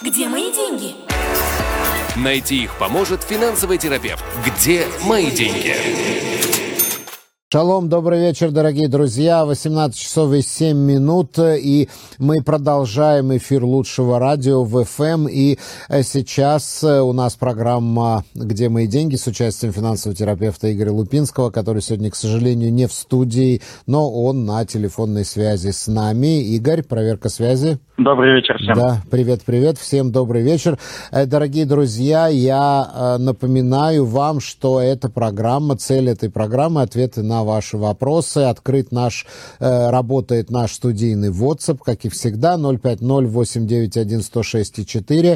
Где мои деньги? Найти их поможет финансовый терапевт. Где мои деньги? Шалом, добрый вечер, дорогие друзья. 18 часов и 7 минут, и мы продолжаем эфир лучшего радио в ФМ. И сейчас у нас программа «Где мои деньги» с участием финансового терапевта Игоря Лупинского, который сегодня, к сожалению, не в студии, но он на телефонной связи с нами. Игорь, проверка связи. Добрый вечер всем. Да, привет, всем добрый вечер. Дорогие друзья, я напоминаю вам, что эта программа, цель этой программы — ответы на ваши вопросы. Работает наш студийный WhatsApp, как и всегда, 050-891-106-4,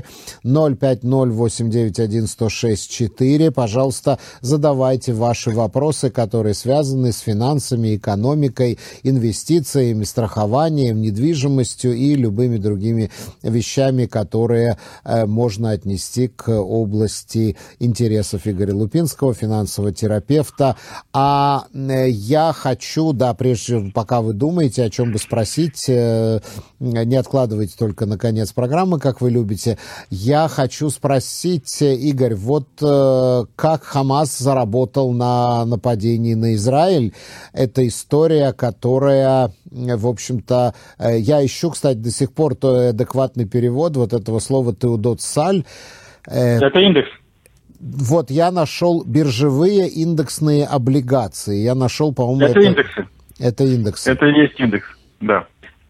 050-891-106-4. Пожалуйста, задавайте ваши вопросы, которые связаны с финансами, экономикой, инвестициями, страхованием, недвижимостью и любыми другими вещами, которые можно отнести к области интересов Игоря Лупинского, финансового терапевта. А я хочу, прежде, пока вы думаете, о чем бы спросить, не откладывайте только на конец программы, как вы любите, я хочу спросить, Игорь, как Хамас заработал на нападении на Израиль? Это история, которая, в общем-то, я ищу, кстати, до сих пор адекватный перевод этого слова «теудот саль». Это индекс. Я нашел биржевые индексные облигации. Я нашел, по-моему, это индексы. Это индексы. Это и есть индекс, да.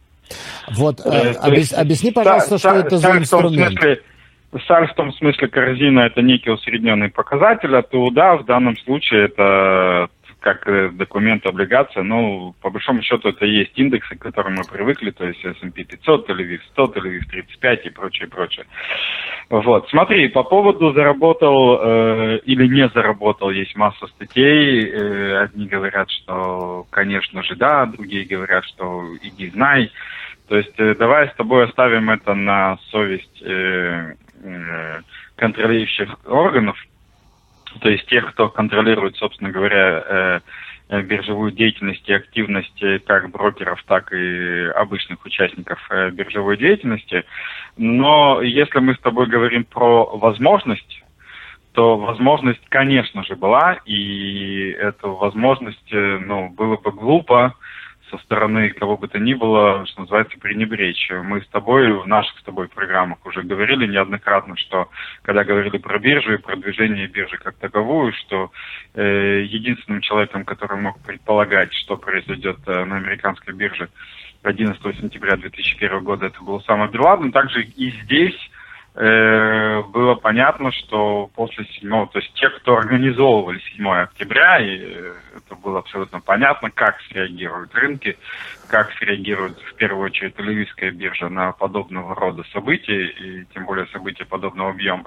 Объясни, пожалуйста, что это за инструмент. Саль в том смысле корзина — это некий усредненный показатель, а теуда в данном случае это как документ, облигация, по большому счету это и есть индексы, к которым мы привыкли, то есть S&P 500, Тель-Авив 100, Тель-Авив 35 и прочее. Смотри, по поводу заработал или не заработал, есть масса статей. Одни говорят, что, конечно же, да, другие говорят, что иди знай. То есть давай с тобой оставим это на совесть контролирующих органов, то есть тех, кто контролирует, собственно говоря, биржевую деятельность и активность как брокеров, так и обычных участников биржевой деятельности. Но если мы с тобой говорим про возможность, то возможность, конечно же, была, и эту возможность, было бы глупо со стороны кого бы то ни было, что называется, пренебречь. Мы с тобой в наших с тобой программах уже говорили неоднократно, что когда говорили про биржу и про движение биржи как таковую, что единственным человеком, который мог предполагать, что произойдет на американской бирже 11 сентября 2001 года, это был Усама бен Ладен. Также и здесь было понятно, что после 7, то есть те, кто организовывали 7 октября, и это было абсолютно понятно, как среагируют рынки, как среагирует в первую очередь Тель-Авивская биржа на подобного рода события, и тем более события подобного объема.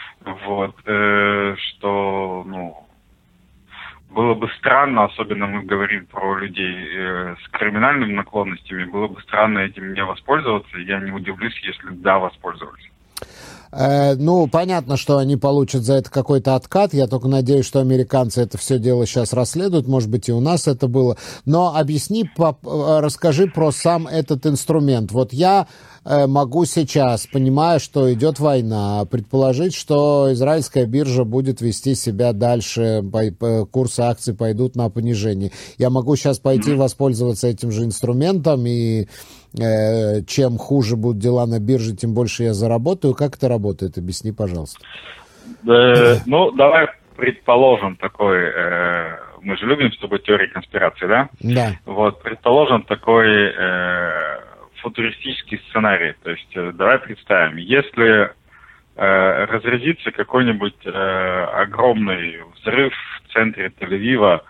Что, было бы странно, особенно мы говорим про людей с криминальными наклонностями, было бы странно этим не воспользоваться, я не удивлюсь, если воспользовались. Понятно, что они получат за это какой-то откат. Я только надеюсь, что американцы это все дело сейчас расследуют. Может быть, и у нас это было. Но расскажи про сам этот инструмент. Я могу сейчас, понимая, что идет война, предположить, что израильская биржа будет вести себя дальше, курсы акций пойдут на понижение. Я могу сейчас пойти воспользоваться этим же инструментом, и чем хуже будут дела на бирже, тем больше я заработаю. Как это работает? Объясни, пожалуйста. Давай предположим такой, мы же любим с тобой теории конспирации, да? Да. Предположим такой футуристический сценарий. То есть давай представим, если разразится какой-нибудь огромный взрыв в центре Тель-Авива,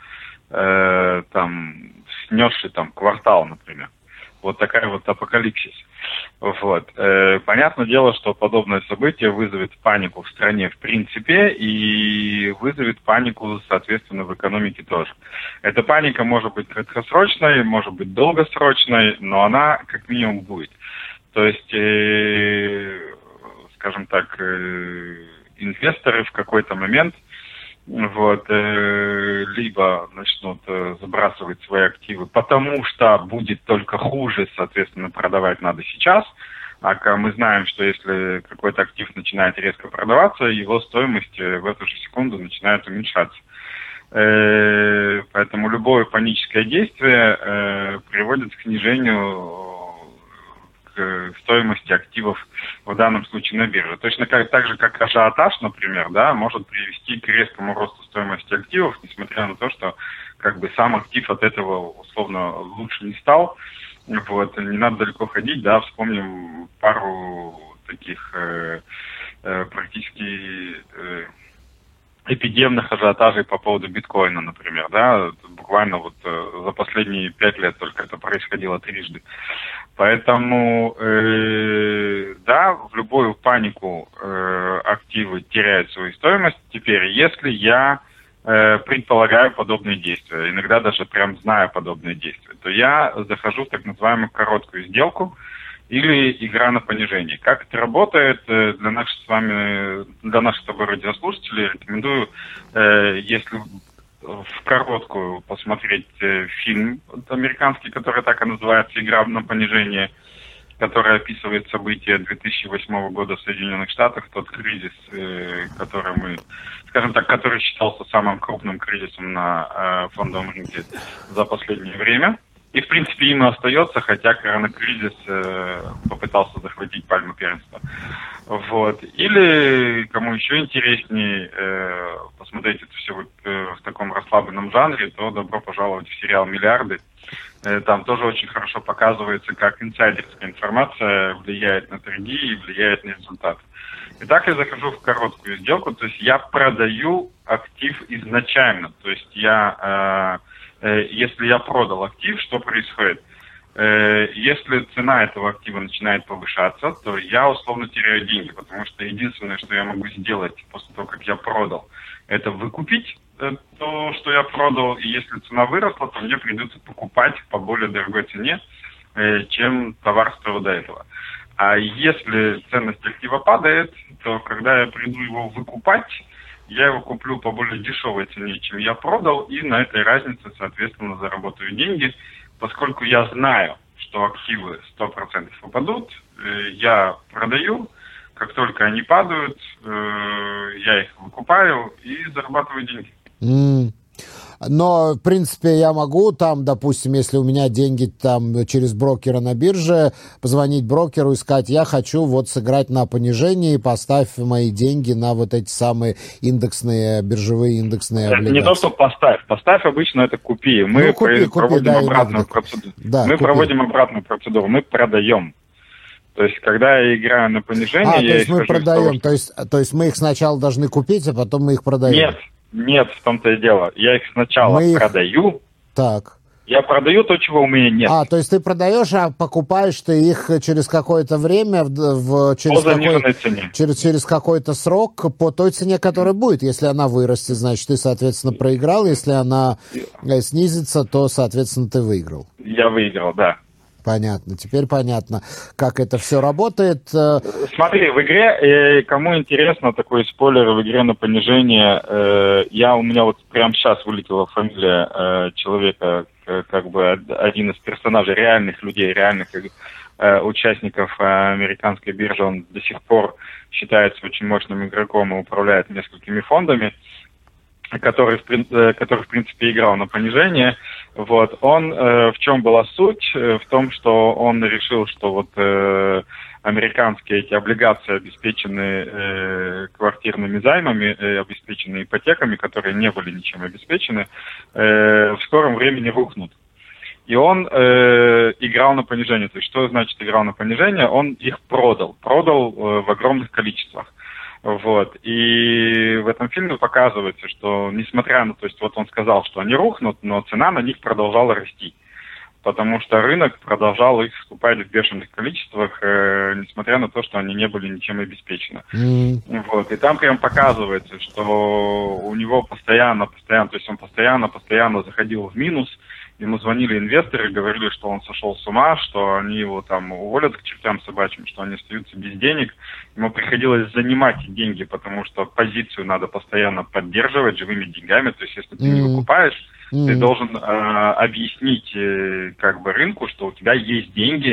снесший квартал, например. Такая апокалипсис. Понятное дело, что подобное событие вызовет панику в стране в принципе и вызовет панику, соответственно, в экономике тоже. Эта паника может быть краткосрочной, может быть долгосрочной, но она как минимум будет. То есть, скажем так, инвесторы в какой-то момент либо начнут забрасывать свои активы, потому что будет только хуже, соответственно, продавать надо сейчас, А мы знаем, что если какой-то актив начинает резко продаваться, его стоимость в эту же секунду начинает уменьшаться. Поэтому любое паническое действие приводит к снижению к стоимости активов в данном случае на бирже. Точно так же, как ажиотаж, например, да, может привести к резкому росту стоимости активов, несмотря на то, что как бы сам актив от этого условно лучше не стал. Вот, не надо далеко ходить, да, вспомним пару таких практически эпидемных ажиотажей по поводу биткоина, например, да, буквально вот за последние 5 лет только это происходило трижды. Поэтому, да, в любую панику активы теряют свою стоимость. Теперь, если я предполагаю подобные действия, иногда даже прям знаю подобные действия, то я захожу в так называемую короткую сделку или игра на понижение. Как это работает для наших с тобой радиослушателей, рекомендую, если в короткую посмотреть фильм американский, который так и называется «Игра на понижение», который описывает события 2008 года в Соединенных Штатах, тот кризис, который который считался самым крупным кризисом на фондовом рынке за последнее время. И, в принципе, им и остается, хотя коронакризис попытался захватить пальму первенства. Вот. Или, кому еще интереснее посмотреть это все в таком расслабленном жанре, то добро пожаловать в сериал «Миллиарды». Там тоже очень хорошо показывается, как инсайдерская информация влияет на торги и влияет на результаты. Итак, я захожу в короткую сделку, то есть я продаю актив изначально. То есть если я продал актив, что происходит? Если цена этого актива начинает повышаться, то я условно теряю деньги, потому что единственное, что я могу сделать после того, как я продал, это выкупить то, что я продал, и если цена выросла, то мне придется покупать по более дорогой цене, чем товар стоил до этого. А если ценность актива падает, то когда я приду его выкупать, я его куплю по более дешевой цене, чем я продал, и на этой разнице, соответственно, заработаю деньги. Поскольку я знаю, что активы 100% упадут, я продаю. Как только они падают, я их выкупаю и зарабатываю деньги. Но, в принципе, я могу там, допустим, если у меня деньги там через брокера на бирже, позвонить брокеру и сказать, я хочу вот сыграть на понижение и поставь мои деньги на вот эти самые биржевые индексные облигации. Не то, что поставь. Поставь обычно это купи. Мы проводим обратную процедуру. Да, проводим обратную процедуру. Мы продаем. То есть, когда я играю на понижение, то есть мы продаем. То есть мы их сначала должны купить, а потом мы их продаем. Нет, в том-то и дело. Я их сначала продаю. Так. Я продаю то, чего у меня нет. То есть ты продаешь, а покупаешь ты их через какое-то время, через какой-то срок, по той цене, которая будет. Если она вырастет, значит, ты, соответственно, проиграл. Если она снизится, то, соответственно, ты выиграл. Я выиграл, да. Понятно. Теперь понятно, как это все работает. Смотри, в игре, кому интересно, такой спойлер, в игре на понижение, у меня вот прямо сейчас вылетела фамилия человека, как бы один из персонажей, реальных людей, реальных участников американской биржи. Он до сих пор считается очень мощным игроком и управляет несколькими фондами, который, в принципе, играл на понижение. Вот. Он, в чем была суть? В том, что он решил, что вот американские эти облигации обеспечены квартирными займами, обеспечены ипотеками, которые не были ничем обеспечены, в скором времени рухнут. И он играл на понижение. То есть, что значит играл на понижение? Он их продал в огромных количествах. Вот. И в этом фильме показывается, что несмотря на, то есть вот он сказал, что они рухнут, но цена на них продолжала расти. Потому что рынок продолжал их скупать в бешеных количествах, несмотря на то, что они не были ничем обеспечены. Вот. И там прям показывается, что у него постоянно, то есть он постоянно заходил в минус. Ему звонили инвесторы, говорили, что он сошел с ума, что они его там уволят к чертям собачьим, что они остаются без денег. Ему приходилось занимать деньги, потому что позицию надо постоянно поддерживать живыми деньгами. То есть, если ты не выкупаешь, ты должен объяснить как бы рынку, что у тебя есть деньги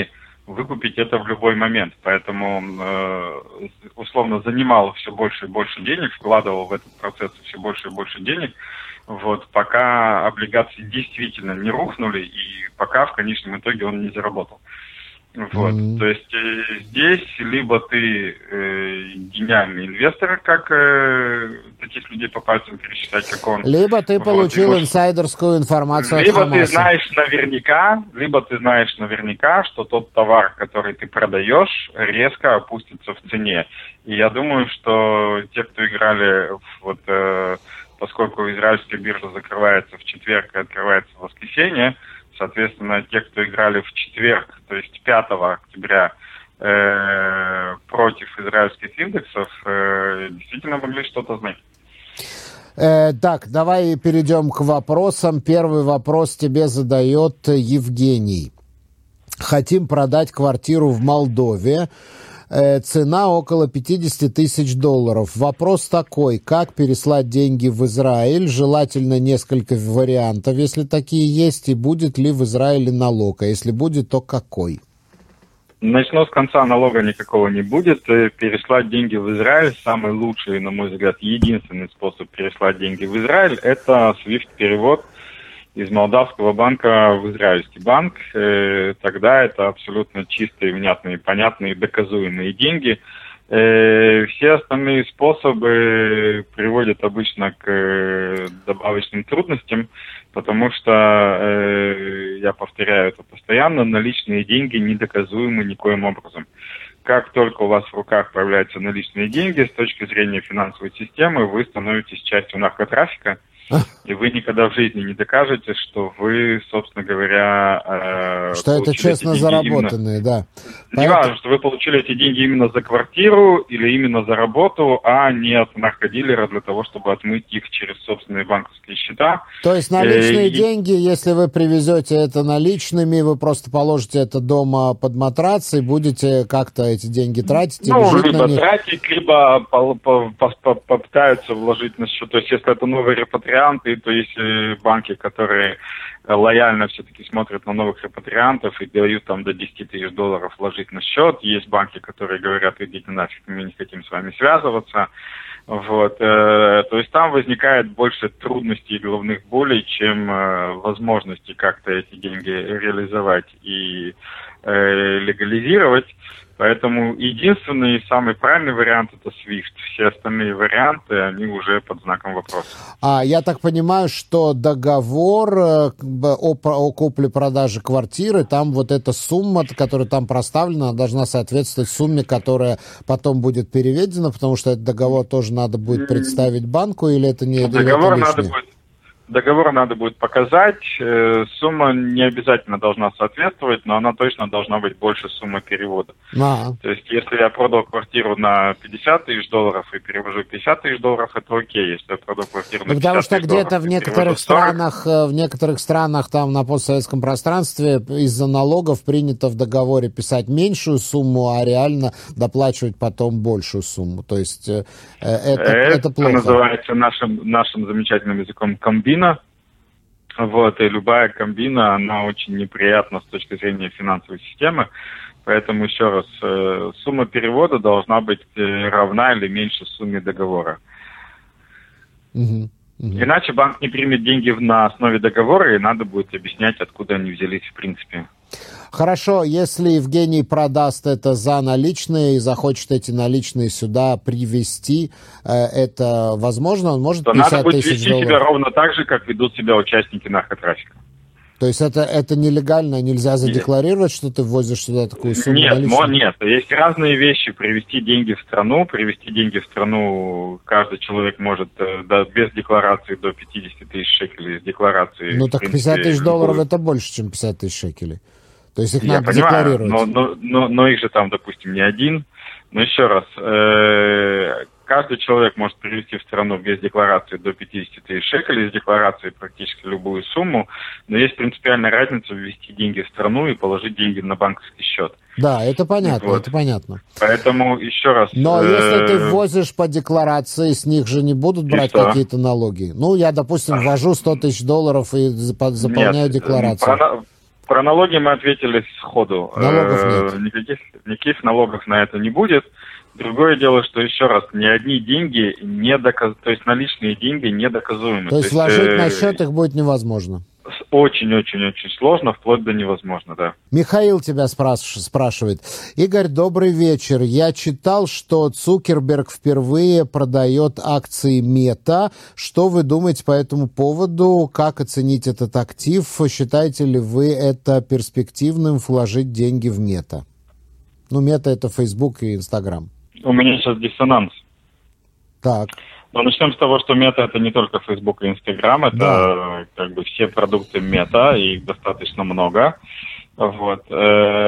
выкупить это в любой момент. Поэтому, условно, занимал все больше и больше денег, вкладывал в этот процесс все больше и больше денег, вот, пока облигации действительно не рухнули и пока в конечном итоге он не заработал. Вот, то есть здесь либо ты гениальный инвестор, как таких людей по пальцам пересчитать, как он. Либо ты получил инсайдерскую информацию либо от Хамаса. Либо ты знаешь наверняка, что тот товар, который ты продаешь, резко опустится в цене. И я думаю, что те, кто играли поскольку израильская биржа закрывается в четверг и открывается в воскресенье, соответственно, те, кто играли в четверг, то есть 5 октября, против израильских индексов, действительно могли что-то знать. Так, давай перейдем к вопросам. Первый вопрос тебе задает Евгений. Хотим продать квартиру в Молдове. Цена около $50 тысяч. Вопрос такой, как переслать деньги в Израиль? Желательно несколько вариантов, если такие есть, и будет ли в Израиле налог, а если будет, то какой? Начну с конца, налога никакого не будет. Переслать деньги в Израиль, самый лучший, на мой взгляд, единственный способ переслать деньги в Израиль, это SWIFT-перевод из молдавского банка в израильский банк. Тогда это абсолютно чистые, внятные, понятные, доказуемые деньги. Все остальные способы приводят обычно к добавочным трудностям, потому что, я повторяю это постоянно, наличные деньги недоказуемы никоим образом. Как только у вас в руках появляются наличные деньги, с точки зрения финансовой системы, вы становитесь частью наркотрафика, и вы никогда в жизни не докажете, что вы, собственно говоря... Что это честно заработанные, да. Не важно, что вы получили эти деньги именно за квартиру или именно за работу, а не от наркодилера для того, чтобы отмыть их через собственные банковские счета. То есть наличные деньги, если вы привезете это наличными, вы просто положите это дома под матрац и будете как-то эти деньги тратить? Либо тратить, либо попытаются вложить на счет. То есть, если это новые репатрианты, то есть банки, которые лояльно все-таки смотрят на новых репатриантов и дают там до $10 тысяч вложить на счет. Есть банки, которые говорят, идите нафиг, мы не хотим с вами связываться. Вот. То есть там возникает больше трудностей и головных болей, чем возможности как-то эти деньги реализовать и легализировать. Поэтому единственный и самый правильный вариант – это SWIFT. Все остальные варианты, они уже под знаком вопроса. Я так понимаю, что договор о купле-продаже квартиры, там вот эта сумма, которая там проставлена, должна соответствовать сумме, которая потом будет переведена, потому что этот договор тоже надо будет представить банку, или это не... Договор надо будет показать, сумма не обязательно должна соответствовать, но она точно должна быть больше суммы перевода. То есть, если я продал квартиру на $50 тысяч и перевожу $50 тысяч, это окей. Если я продал квартиру на $50 тысяч, потому что где-то в некоторых странах, там на постсоветском пространстве из-за налогов принято в договоре писать меньшую сумму, а реально доплачивать потом большую сумму. То есть, это плохо. Это называется нашим замечательным языком комбин. Вот, и любая комбина, она очень неприятна с точки зрения финансовой системы. Поэтому, еще раз, сумма перевода должна быть равна или меньше сумме договора. Иначе банк не примет деньги на основе договора, и надо будет объяснять, откуда они взялись в принципе. Хорошо, если Евгений продаст это за наличные и захочет эти наличные сюда привезти, это возможно? Он может $50 тысяч? Надо будет вести себя ровно так же, как ведут себя участники наркотрафика. То есть это нелегально, нельзя задекларировать, что ты ввозишь сюда такую сумму? Нет, есть разные вещи. Привезти деньги в страну каждый человек может без декларации до 50 тысяч шекелей, с декларацией. Ну так $50 тысяч это больше, чем 50 тысяч шекелей. То есть их надо декларировать. Но их же там, допустим, не один. Но еще раз, каждый человек может привезти в страну без декларации до 50 тысяч шекелей, с декларацией практически любую сумму, но есть принципиальная разница ввести деньги в страну и положить деньги на банковский счет. Да, это понятно, это понятно. Поэтому еще раз... Но если ты ввозишь по декларации, с них же не будут брать какие-то налоги. Ну, я, допустим, ввожу $100 тысяч и заполняю декларацию. Про налоги мы ответили сходу. Налогов нет. Никаких налогов на это не будет. Другое дело, что еще раз, ни одни деньги то есть наличные деньги недоказуемы. То есть вложить на счет их будет невозможно. Очень-очень-очень сложно, вплоть до невозможно, да. Михаил тебя спрашивает. Игорь, добрый вечер. Я читал, что Цукерберг впервые продает акции Мета. Что вы думаете по этому поводу? Как оценить этот актив? Считаете ли вы это перспективным вложить деньги в Мета? Ну, Мета — это Facebook и Instagram. У меня сейчас диссонанс. Так. Но начнем с того, что Мета — это не только Facebook и Instagram, это как бы все продукты Мета, и их достаточно много. Вот. У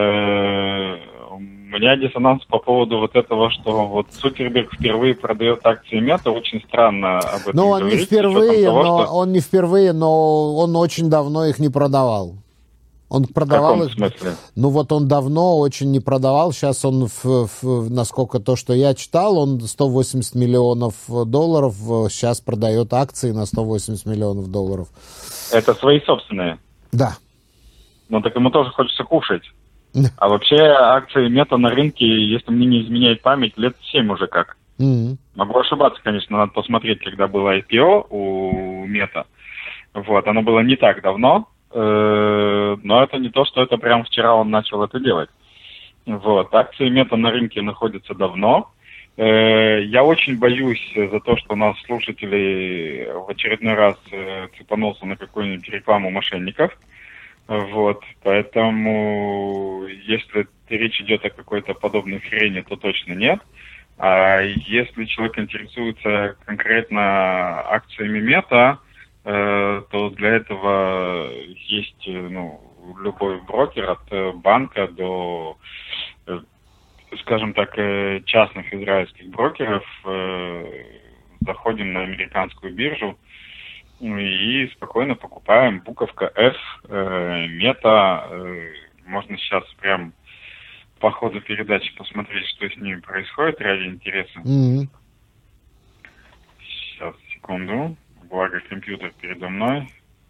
меня диссонанс по поводу вот этого, что вот Цукерберг впервые продает акции Мета, очень странно об этом Ну, он говорить. не впервые, но он очень давно их не продавал. Он продавал их. В смысле? Ну вот он давно очень не продавал. Сейчас он, насколько то, что я читал, он 180 миллионов долларов сейчас продает акции на 180 миллионов долларов. Это свои собственные? Да. Ну так ему тоже хочется кушать. А вообще акции Мета на рынке, если мне не изменяет память, лет 7 уже как. Могу ошибаться, конечно, надо посмотреть, когда было IPO у Мета. Вот, оно было не так давно. Но это не то, что это прямо вчера он начал это делать. Вот. Акции Мета на рынке находятся давно. Я очень боюсь за то, что у нас слушатели в очередной раз цепанулся на какую-нибудь рекламу мошенников. Вот. Поэтому, если речь идет о какой-то подобной хрени, то точно нет. А если человек интересуется конкретно акциями Мета, то для этого есть любой брокер от банка до, скажем так, частных израильских брокеров. Заходим на американскую биржу и спокойно покупаем буковка F, Мета. Можно сейчас прям по ходу передачи посмотреть, что с ними происходит ради интереса. Сейчас, секунду. Благо компьютер передо мной.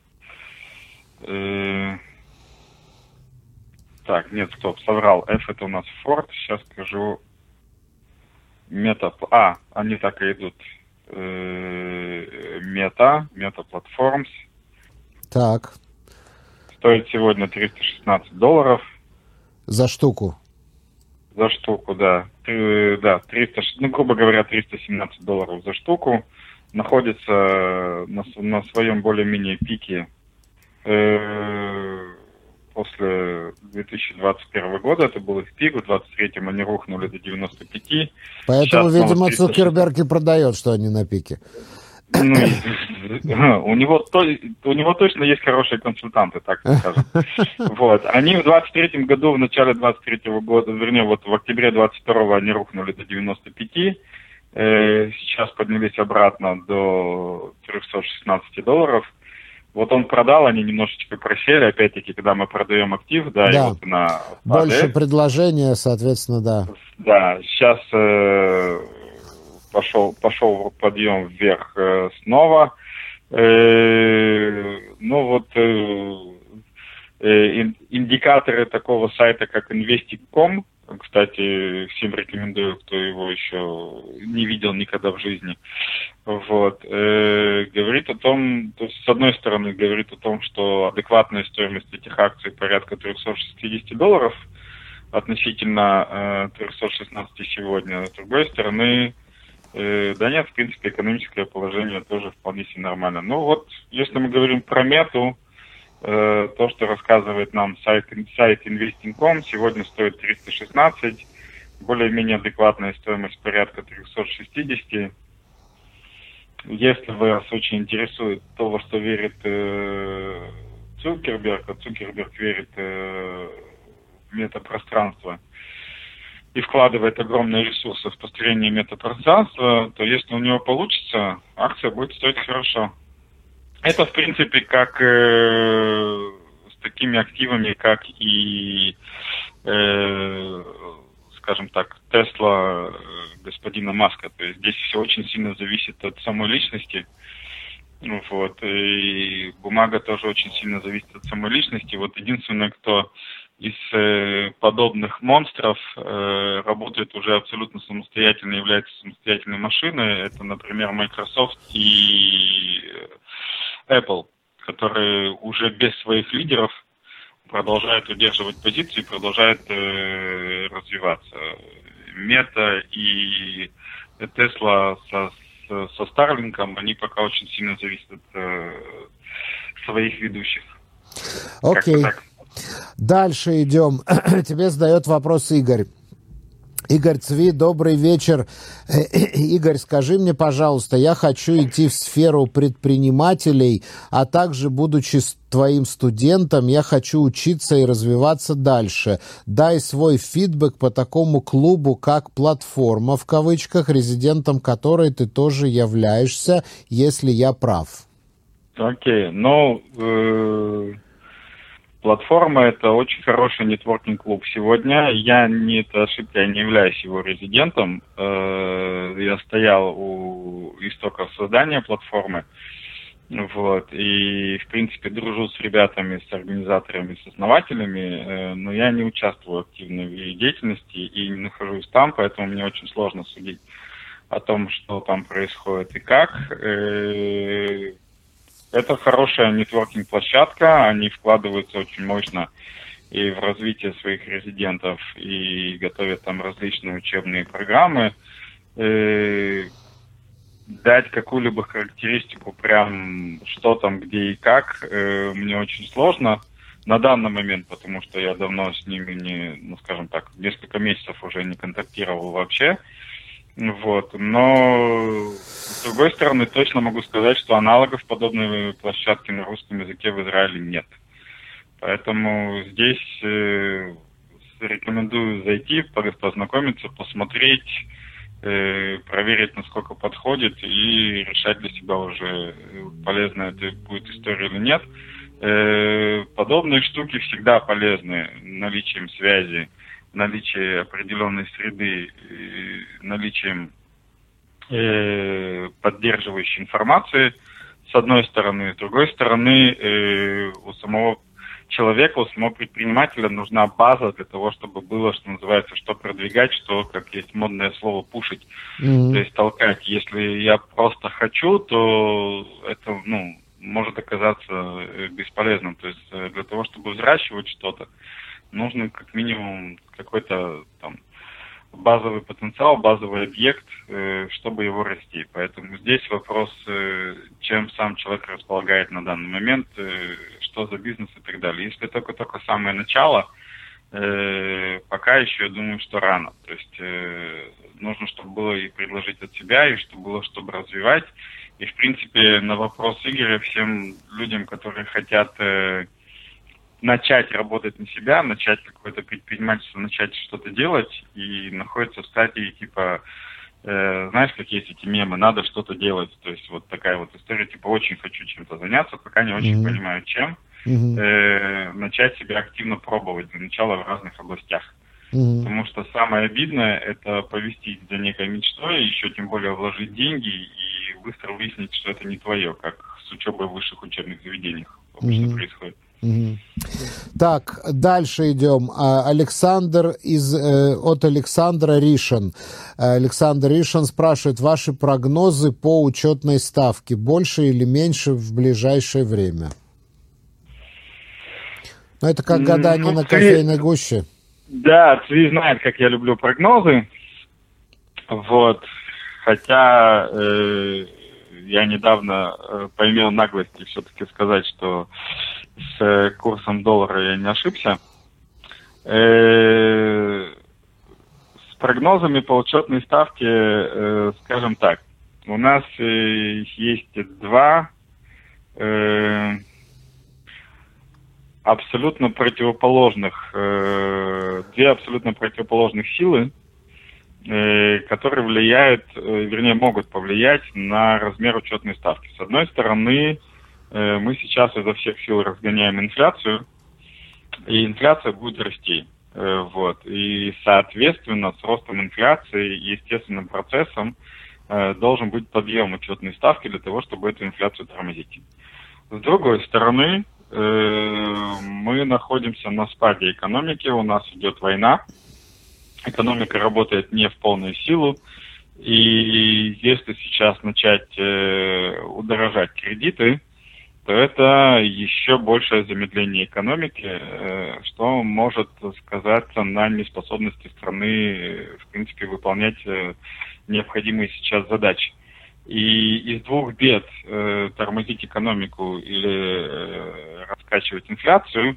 Так, нет, стоп, соврал. F это у нас Ford. Сейчас скажу. Мета. Они так и идут. Мета Platforms. Так. Стоит сегодня $316. За штуку? За штуку, да. Грубо говоря, $317 за штуку. Находится на своем более-менее пике после 2021 года. Это был их пик, в 2023 они рухнули до 95. Поэтому, сейчас, видимо, Цукерберг и продает, что они на пике. У него точно есть хорошие консультанты, так скажем. Вот. Они в 23 году, в начале 23 года, вернее, вот в октябре 22 они рухнули до 95. Сейчас поднялись обратно до $316. Вот он продал, они немножечко просели, опять-таки, когда мы продаем актив, да. И вот на больше предложения, соответственно, да. Да, сейчас пошел подъем вверх снова. Индикаторы такого сайта, как Investing.com, кстати, всем рекомендую, кто его еще не видел никогда в жизни. Вот. Говорит о том, то есть, с одной стороны, говорит о том, что адекватная стоимость этих акций порядка $360 относительно 316 сегодня. С другой стороны, да нет, в принципе, экономическое положение тоже вполне себе нормально. Ну вот, если мы говорим про Мету, то, что рассказывает нам сайт Investing.com, сегодня стоит 316, более-менее адекватная стоимость порядка 360. Если вас очень интересует то, во что верит Цукерберг, а Цукерберг верит в метапространство и вкладывает огромные ресурсы в построение метапространства, то если у него получится, акция будет стоить хорошо. Это, в принципе, как с такими активами, как и, скажем так, Тесла господина Маска. То есть здесь все очень сильно зависит от самой личности. Вот. И бумага тоже очень сильно зависит от самой личности. Вот единственное, кто из подобных монстров работает уже абсолютно самостоятельно, является самостоятельной машиной, это, например, Microsoft и Apple, которые уже без своих лидеров продолжают удерживать позиции, продолжают развиваться. Мета и Tesla со Старлинком, они пока очень сильно зависят от своих ведущих. Окей. Дальше идем. Тебе задает вопрос Игорь. Игорь Цви, добрый вечер. Игорь, скажи мне, пожалуйста, я хочу идти в сферу предпринимателей, а также, будучи твоим студентом, я хочу учиться и развиваться дальше. Дай свой фидбэк по такому клубу, как «Платформа», в кавычках, резидентом которой ты тоже являешься, если я прав. Окей, Платформа — это очень хороший нетворкинг-клуб сегодня. Я не являюсь его резидентом. Я стоял у истоков создания платформы. Вот. И, в принципе, дружу с ребятами, с организаторами, с основателями, но я не участвую активно в ее деятельности и не нахожусь там, поэтому мне очень сложно судить о том, что там происходит и как. Это хорошая нетворкинг-площадка, они вкладываются очень мощно и в развитие своих резидентов, и готовят там различные учебные программы. Дать какую-либо характеристику, прям что там, где и как, мне очень сложно на данный момент, потому что я давно с ними несколько месяцев уже не контактировал вообще. Вот. Но, с другой стороны, точно могу сказать, что аналогов подобной площадки на русском языке в Израиле нет. Поэтому здесь рекомендую зайти, познакомиться, посмотреть, проверить, насколько подходит, и решать для себя уже, полезна это будет история или нет. Подобные штуки всегда полезны наличием связи, наличие определенной среды, наличием поддерживающей информации, с одной стороны. С другой стороны, у самого человека, у самого предпринимателя нужна база для того, чтобы было, что называется, что продвигать, что, как есть модное слово, пушить, то есть толкать. Если я просто хочу, то это, может оказаться бесполезным. То есть для того, чтобы взращивать что-то, нужно как минимум какой-то там базовый потенциал, базовый объект, чтобы его расти. Поэтому здесь вопрос, чем сам человек располагает на данный момент, что за бизнес и так далее. Если только самое начало, пока еще, я думаю, что рано. То есть нужно, чтобы было и предложить от себя, и чтобы было, чтобы развивать. И, в принципе, на вопрос Игоря, всем людям, которые хотят начать работать на себя, начать какое-то предпринимательство, начать что-то делать, и находятся в стадии типа, знаешь, как есть эти мемы, надо что-то делать. То есть вот такая вот история, типа, очень хочу чем-то заняться, пока не очень понимаю чем. Начать себя активно пробовать для начала в разных областях. Потому что самое обидное — это повестись за некой мечтой, еще тем более вложить деньги и быстро выяснить, что это не твое, как с учебой в высших учебных заведениях обычно происходит. Так, дальше идем. Александр от Александра Ришин. Александр Ришин спрашивает, ваши прогнозы по учетной ставке больше или меньше в ближайшее время? Это как гадание на кофейной гуще. Да, Цви знает, как я люблю прогнозы. Вот. Хотя я недавно поимел наглости все-таки сказать, что с курсом доллара я не ошибся. С прогнозами по учетной ставке, скажем так, у нас есть две абсолютно противоположных силы, которые влияют, могут повлиять на размер учетной ставки. С одной стороны, мы сейчас изо всех сил разгоняем инфляцию, и инфляция будет расти. Вот. И, соответственно, с ростом инфляции, естественным процессом, должен быть подъем учетной ставки для того, чтобы эту инфляцию тормозить. С другой стороны, мы находимся на спаде экономики, у нас идет война, экономика работает не в полную силу, и если сейчас начать удорожать кредиты, то это еще большее замедление экономики, что может сказаться на неспособности страны, в принципе, выполнять необходимые сейчас задачи. И из двух бед тормозить экономику или раскачивать инфляцию,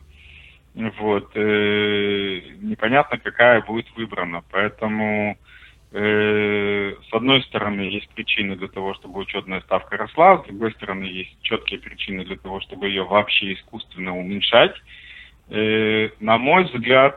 непонятно, какая будет выбрана. Поэтому, с одной стороны, есть причины для того, чтобы учетная ставка росла, с другой стороны, есть четкие причины для того, чтобы ее вообще искусственно уменьшать. На мой взгляд,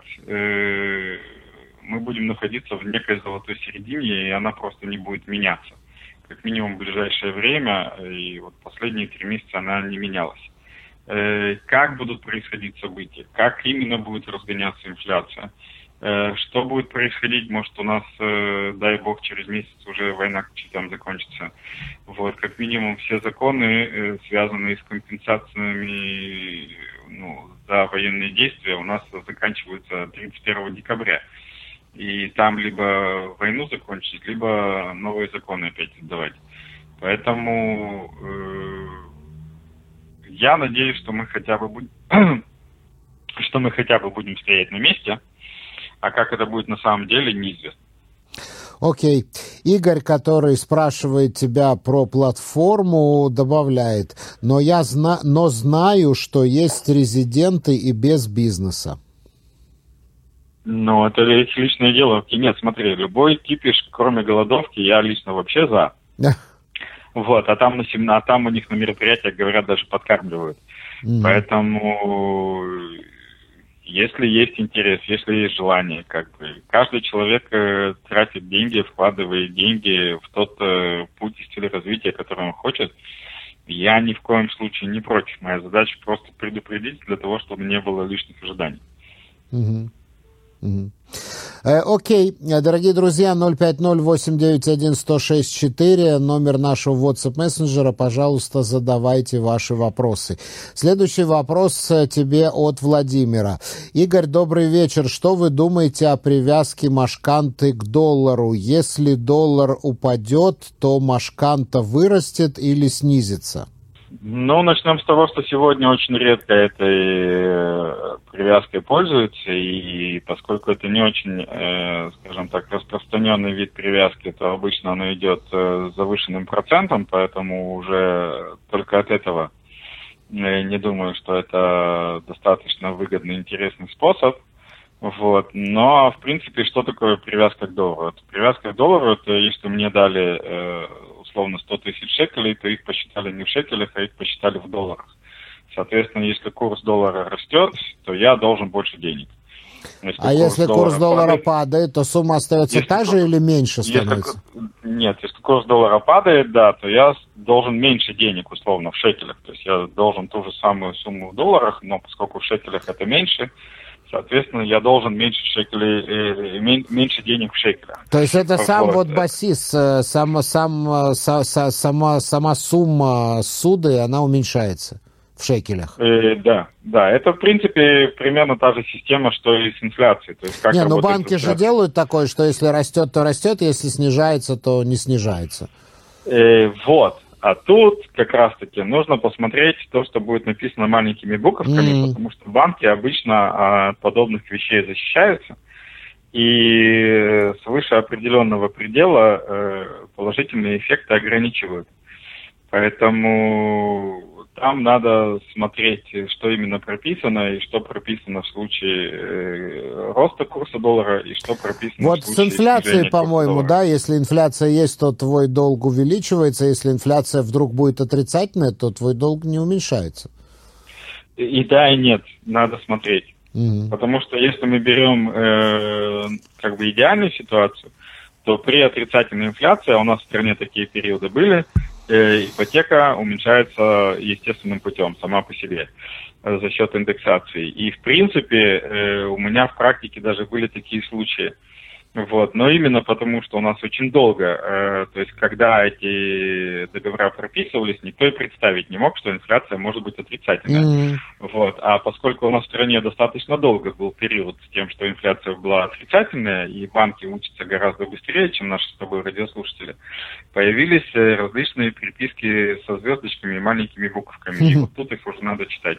мы будем находиться в некой золотой середине, и она просто не будет меняться. Как минимум в ближайшее время, и вот последние 3 месяца она не менялась. Как будут происходить события, как именно будет разгоняться инфляция, что будет происходить, может у нас, дай бог, через месяц уже война к чертям закончится. Как минимум все законы, связанные с компенсациями за военные действия, у нас заканчиваются 31 декабря. И там либо войну закончить, либо новые законы опять издавать. Поэтому я надеюсь, что мы хотя бы будем стоять на месте, а как это будет на самом деле, неизвестно. Окей. Игорь, который спрашивает тебя про платформу, добавляет, но знаю, что есть резиденты и без бизнеса. Это их личное дело. Нет, смотри, любой кипиш, кроме голодовки, я лично вообще за. А там у них на мероприятиях, говорят, даже подкармливают. Поэтому, если есть интерес, если есть желание, каждый человек тратит деньги, вкладывает деньги в тот путь и стиль развития, который он хочет. Я ни в коем случае не против. Моя задача просто предупредить для того, чтобы не было лишних ожиданий. Окей, дорогие друзья, 050-891-1064, номер нашего WhatsApp мессенджера, пожалуйста, задавайте ваши вопросы. Следующий вопрос тебе от Владимира. Игорь, добрый вечер. Что вы думаете о привязке Машканты к доллару? Если доллар упадет, то Машканта вырастет или снизится? Начнем с того, что сегодня очень редко этой привязкой пользуются, и поскольку это не очень, скажем так, распространенный вид привязки, то обычно оно идет с завышенным процентом, поэтому уже только от этого не думаю, что это достаточно выгодный, интересный способ. Но, в принципе, что такое привязка к доллару? Привязка к доллару, это если мне дали условно 100 тысяч шекелей, то их посчитали не в шекелях, а их посчитали в долларах. Соответственно, если курс доллара растет, то я должен больше денег. Если курс доллара падает, то сумма остается та же или меньше становится? Если курс доллара падает, да, то я должен меньше денег, условно, в шекелях. То есть я должен ту же самую сумму в долларах, но поскольку в шекелях это меньше, соответственно, я должен меньше денег в шекелях. То есть это сам басис, сама сумма суды, она уменьшается в шекелях. Да, это в принципе примерно та же система, что и с инфляцией. То есть, банки же делают такое, что если растет, то растет, если снижается, то не снижается. А тут как раз-таки нужно посмотреть то, что будет написано маленькими буковками, потому что банки обычно от подобных вещей защищаются, и свыше определенного предела положительные эффекты ограничивают. Поэтому там надо смотреть, что именно прописано, и что прописано в случае роста курса доллара, и что прописано в случае с инфляцией, по-моему, да, если инфляция есть, то твой долг увеличивается, если инфляция вдруг будет отрицательная, то твой долг не уменьшается. И да, и нет, надо смотреть. Потому что если мы берем идеальную ситуацию, то при отрицательной инфляции, а у нас в стране такие периоды были, ипотека уменьшается естественным путем, сама по себе, за счет индексации. И, в принципе, у меня в практике даже были такие случаи. Вот, но именно потому, что у нас очень долго, то есть когда эти договора прописывались, никто и представить не мог, что инфляция может быть отрицательная. Вот, а поскольку у нас в стране достаточно долго был период с тем, что инфляция была отрицательная, и банки учатся гораздо быстрее, чем наши с тобой радиослушатели, появились различные приписки со звездочками и маленькими буковками, и вот тут их уже надо читать.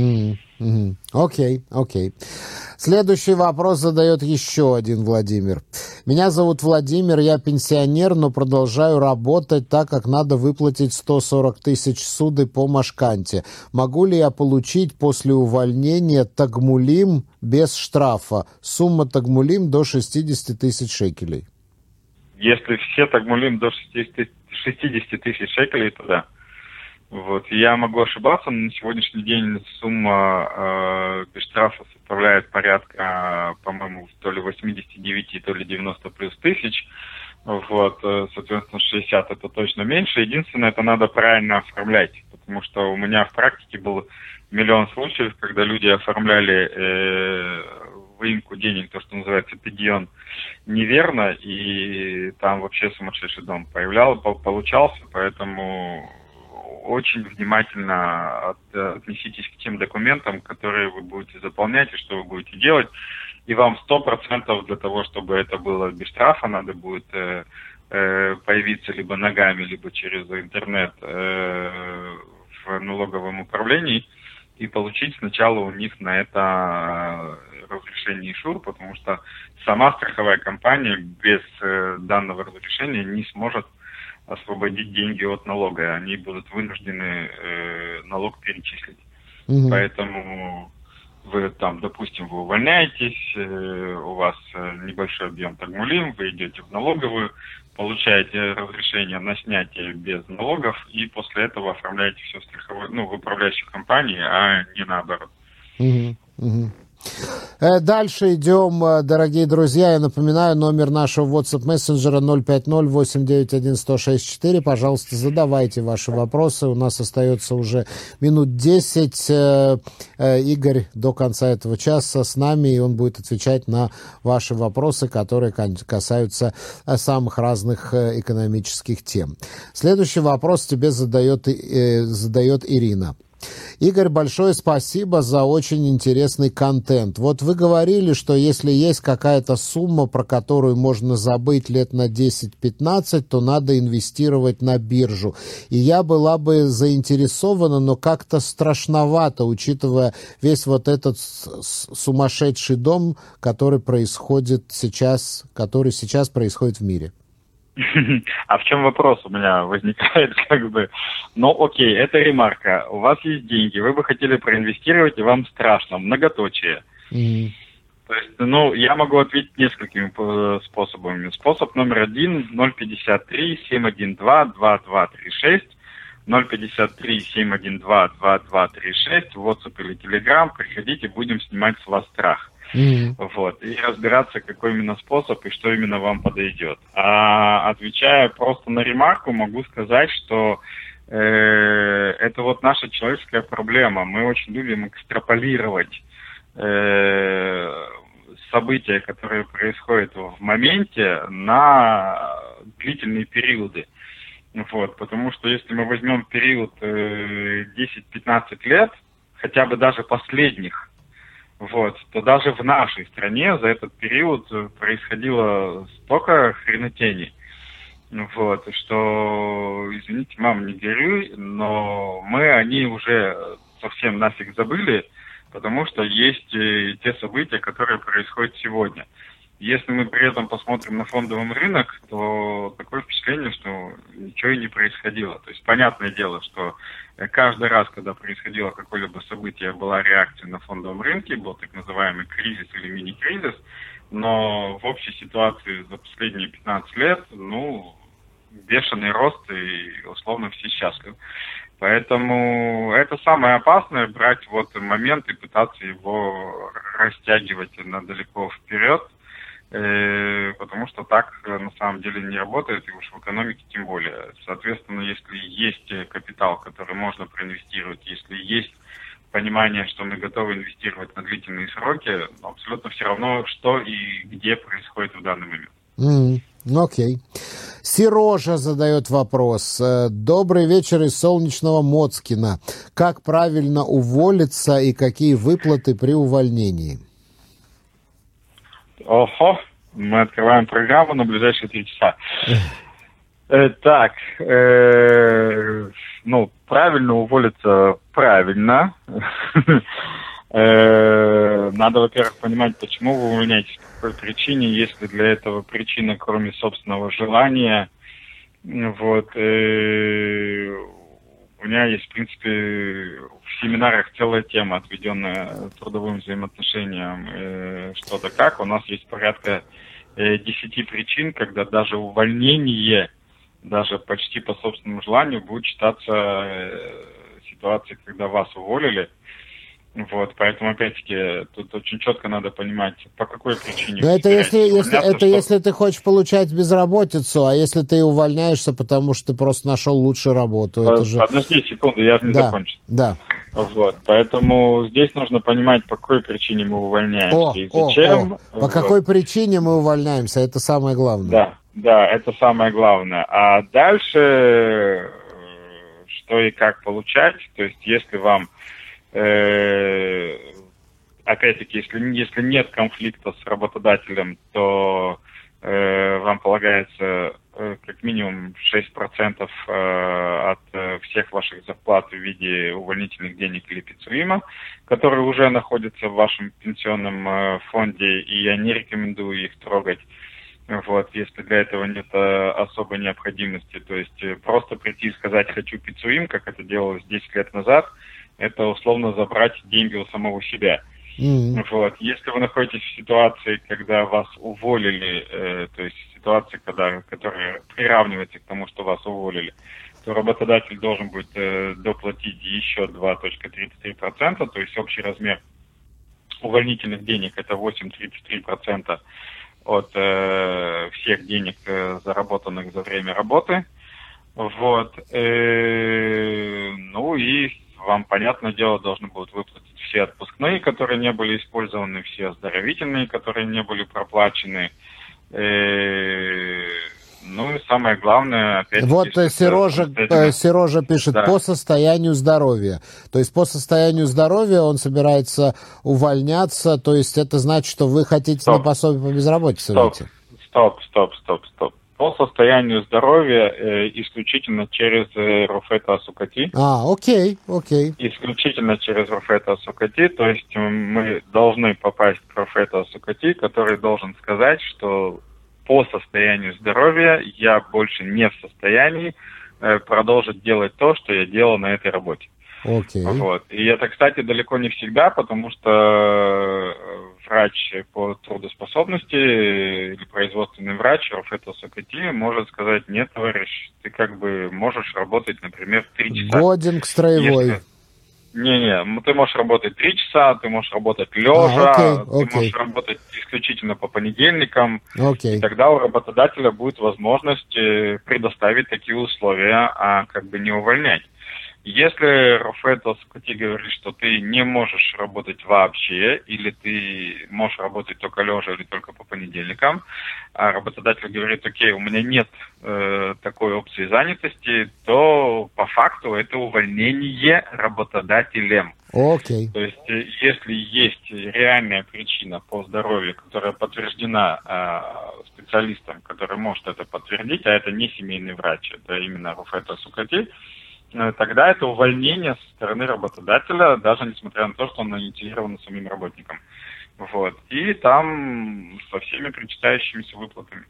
Окей. Следующий вопрос задает еще один Владимир. Меня зовут Владимир, я пенсионер, но продолжаю работать, так как надо выплатить 140 тысяч суды по Машканте. Могу ли я получить после увольнения тагмулим без штрафа? Сумма тагмулим до 60 тысяч шекелей. Если все тагмулим до 60 тысяч шекелей, то да. Вот. Я могу ошибаться, но на сегодняшний день сумма без штрафа составляет порядка, по-моему, то ли 89, то ли 90 плюс тысяч. Вот. Соответственно, 60 это точно меньше. Единственное, это надо правильно оформлять, потому что у меня в практике был миллион случаев, когда люди оформляли выемку денег, то, что называется пидьон, неверно, и там вообще сумасшедший дом получался, поэтому очень внимательно отнеситесь к тем документам, которые вы будете заполнять и что вы будете делать. И вам 100% для того, чтобы это было без штрафа, надо будет появиться либо ногами, либо через интернет в налоговом управлении и получить сначала у них на это разрешение ИШУР, потому что сама страховая компания без данного разрешения не сможет освободить деньги от налога. Они будут вынуждены налог перечислить. Поэтому вы там, допустим, вы увольняетесь, у вас небольшой объем тагмулим, вы идете в налоговую, получаете разрешение на снятие без налогов и после этого оформляете все в страховую, в управляющей компании, а не наоборот. Дальше идем, дорогие друзья. Я напоминаю, номер нашего WhatsApp мессенджера 050-891-1064. Пожалуйста, задавайте ваши вопросы. У нас остается уже минут 10. Игорь до конца этого часа с нами, и он будет отвечать на ваши вопросы, которые касаются самых разных экономических тем. Следующий вопрос тебе задает Ирина. Игорь, большое спасибо за очень интересный контент. Вот вы говорили, что если есть какая-то сумма, про которую можно забыть лет на 10-15, то надо инвестировать на биржу. И я была бы заинтересована, но как-то страшновато, учитывая весь вот этот сумасшедший дом, который сейчас происходит в мире. А в чем вопрос у меня возникает, окей, это ремарка. У вас есть деньги, вы бы хотели проинвестировать, и вам страшно, многоточие. То есть, я могу ответить несколькими способами. Способ номер 1 053-712-2236, 053-712-2236, WhatsApp или Telegram, приходите, будем снимать с вас страх. Вот, и разбираться, какой именно способ и что именно вам подойдет. А отвечая просто на ремарку, могу сказать, что это вот наша человеческая проблема. Мы очень любим экстраполировать события, которые происходят в моменте, на длительные периоды. Вот, потому что если мы возьмем период 10-15 лет, хотя бы даже последних, то даже в нашей стране за этот период происходило столько хренотений, что, извините, мам, не горюй, но мы они уже совсем нафиг забыли, потому что есть те события, которые происходят сегодня. Если мы при этом посмотрим на фондовый рынок, то такое впечатление, что ничего и не происходило. То есть понятное дело, что каждый раз, когда происходило какое-либо событие, была реакция на фондовом рынке, был так называемый кризис или мини-кризис, но в общей ситуации за последние 15 лет, бешеный рост, и условно все счастливы. Поэтому это самое опасное, брать момент и пытаться его растягивать далеко вперед, потому что так на самом деле не работает, и уж в экономике тем более. Соответственно, если есть капитал, который можно проинвестировать, если есть понимание, что мы готовы инвестировать на длительные сроки, но абсолютно все равно, что и где происходит в данный момент. Окей. Сережа задает вопрос. Добрый вечер из солнечного Моцкина. Как правильно уволиться и какие выплаты при увольнении? Ого, мы открываем программу на ближайшие 3 часа. Так, правильно уволиться правильно. Надо, во-первых, понимать, почему вы увольняетесь, по какой причине, если для этого причина, кроме собственного желания. Вот. У меня есть, в принципе, в семинарах целая тема, отведенная трудовым взаимоотношениям, что-то как. У нас есть порядка 10 причин, когда даже увольнение, даже почти по собственному желанию, будет считаться ситуацией, когда вас уволили. Вот, поэтому, опять-таки, тут очень четко надо понимать, по какой причине. Но это если ты хочешь получать безработицу, а если ты увольняешься, потому что ты просто нашел лучшую работу. Подожди секунду, я не закончил. Да. Вот, поэтому здесь нужно понимать, по какой причине мы увольняемся и зачем. По какой причине мы увольняемся, это самое главное. Да, это самое главное. А дальше, что и как получать, то есть если вам опять-таки, если нет конфликта с работодателем, то вам полагается как минимум 6% от всех ваших зарплат в виде увольнительных денег или пиццуима, которые уже находятся в вашем пенсионном фонде, и я не рекомендую их трогать. Вот, если для этого нет особой необходимости. То есть просто прийти и сказать «хочу пиццуим», как это делалось 10 лет назад, это условно забрать деньги у самого себя. Вот. Если вы находитесь в ситуации, когда вас уволили, то есть ситуации, которая приравнивается к тому, что вас уволили, то работодатель должен будет доплатить еще 2,33%, то есть общий размер увольнительных денег это 8,33% от всех денег, заработанных за время работы. Вот. Ну и вам, понятное дело, должны будут выплатить все отпускные, которые не были использованы, все оздоровительные, которые не были проплачены. Ну и самое главное, опять... Вот Сережа пишет, по состоянию здоровья. То есть по состоянию здоровья он собирается увольняться, то есть это значит, что вы хотите на пособие по безработице выйти? Стоп. По состоянию здоровья исключительно через Руфет Таасукати. Окей. Исключительно через Руфет Таасукати, то есть мы должны попасть к Руфет Таасукати, который должен сказать, что по состоянию здоровья я больше не в состоянии продолжить делать то, что я делал на этой работе. Вот. И это, кстати, далеко не всегда, потому что врач по трудоспособности или производственный врач Руфет Таасукати может сказать: нет, товарищ, ты как бы можешь работать, например, 3 часа. Годен к строевой. Не, ты можешь работать 3 часа, ты можешь работать лежа, ты можешь работать исключительно по понедельникам, и тогда у работодателя будет возможность предоставить такие условия, а как бы не увольнять. Если Руфет Таасукати говорит, что ты не можешь работать вообще, или ты можешь работать только лежа, или только по понедельникам, а работодатель говорит: окей, у меня нет такой опции занятости, то по факту это увольнение работодателем. То есть, если есть реальная причина по здоровью, которая подтверждена специалистом, который может это подтвердить, а это не семейный врач, это именно Руфет Таасукати, тогда это увольнение со стороны работодателя, даже несмотря на то, что он инициирован самим работником. Вот. И там со всеми причитающимися выплатами.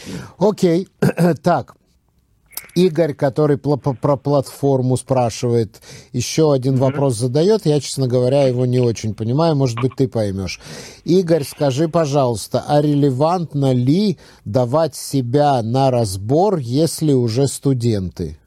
Окей. Так. Игорь, который про платформу спрашивает, еще один вопрос задает. Я, честно говоря, его не очень понимаю. Может быть, ты поймешь. Игорь, скажи, пожалуйста, а релевантно ли давать себя на разбор, если уже студенты?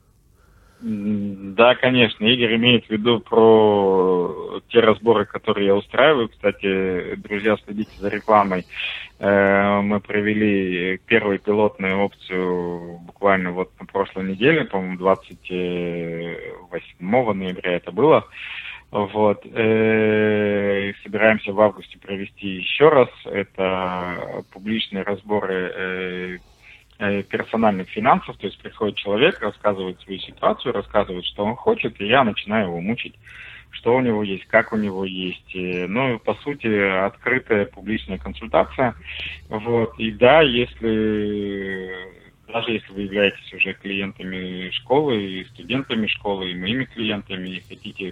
Да, конечно. Игорь имеет в виду про те разборы, которые я устраиваю. Кстати, друзья, следите за рекламой. Мы провели первую пилотную опцию буквально вот на прошлой неделе, по-моему, 28 ноября это было. Вот. Собираемся в августе провести еще раз. Это публичные разборы персональных финансов. То есть приходит человек, рассказывает свою ситуацию, рассказывает, что он хочет, и я начинаю его мучить, что у него есть, как у него есть. Ну, по сути, открытая публичная консультация. Вот. И да, даже если вы являетесь уже клиентами школы, и студентами школы, и моими клиентами, и хотите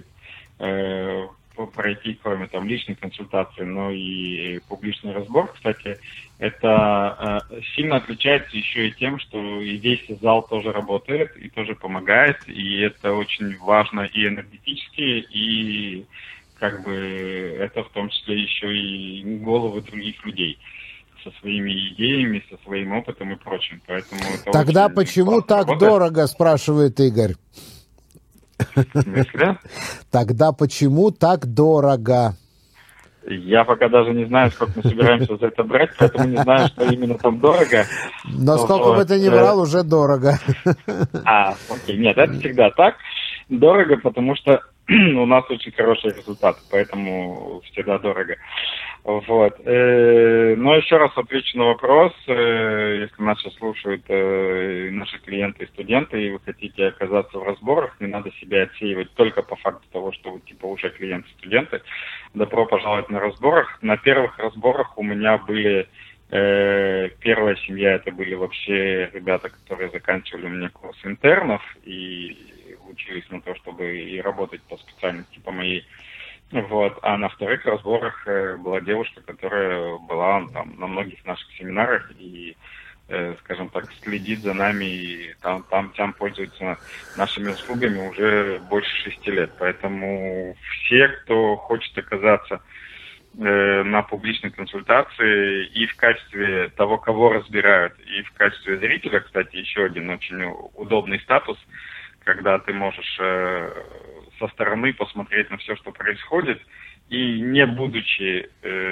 пройти, кроме там личной консультации, но и публичный разбор, кстати, это сильно отличается еще и тем, что и весь зал тоже работает, и тоже помогает, и это очень важно и энергетически, и как бы это в том числе еще и головы других людей со своими идеями, со своим опытом и прочим. Поэтому это тогда почему так дорого, спрашивает Игорь. В смысле? Тогда почему так дорого? Я пока даже не знаю, сколько мы собираемся за это брать, поэтому не знаю, что именно там дорого. Но сколько бы ты ни брал, уже дорого. Окей, нет, это всегда так. Дорого, потому что у нас очень хорошие результаты, поэтому всегда дорого. Вот. Но еще раз отвечу на вопрос. Если нас сейчас слушают наши клиенты и студенты, и вы хотите оказаться в разборах, не надо себя отсеивать только по факту того, что вы типа уже клиенты-студенты. Добро пожаловать на разборах. На первых разборах у меня были первая семья, это были вообще ребята, которые заканчивали у меня курс интернов и учились на то, чтобы и работать по специальности по моей. Вот. А на вторых разборах была девушка, которая была там на многих наших семинарах и, скажем так, следит за нами и там пользуется нашими услугами уже больше 6 лет. Поэтому все, кто хочет оказаться на публичной консультации и в качестве того, кого разбирают, и в качестве зрителя, кстати, еще один очень удобный статус, когда ты можешь со стороны посмотреть на все, что происходит, и не будучи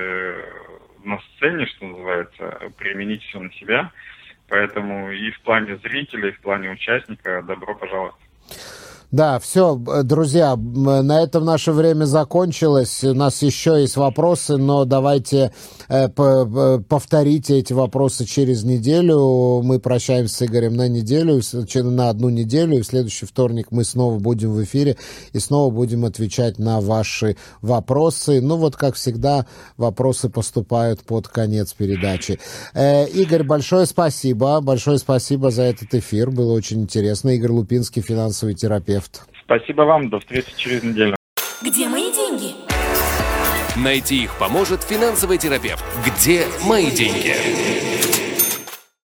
на сцене, что называется, применить все на себя. Поэтому и в плане зрителя, и в плане участника добро пожаловать. Да, все, друзья, на этом наше время закончилось. У нас еще есть вопросы, но давайте повторите эти вопросы через неделю. Мы прощаемся с Игорем на неделю, на одну неделю, и в следующий вторник мы снова будем в эфире и снова будем отвечать на ваши вопросы. Ну вот, как всегда, вопросы поступают под конец передачи. Игорь, большое спасибо за этот эфир, было очень интересно. Игорь Лупинский, финансовый терапевт. Спасибо вам, до встречи через неделю. Где мои деньги? Найти их поможет финансовый терапевт. Где мои деньги?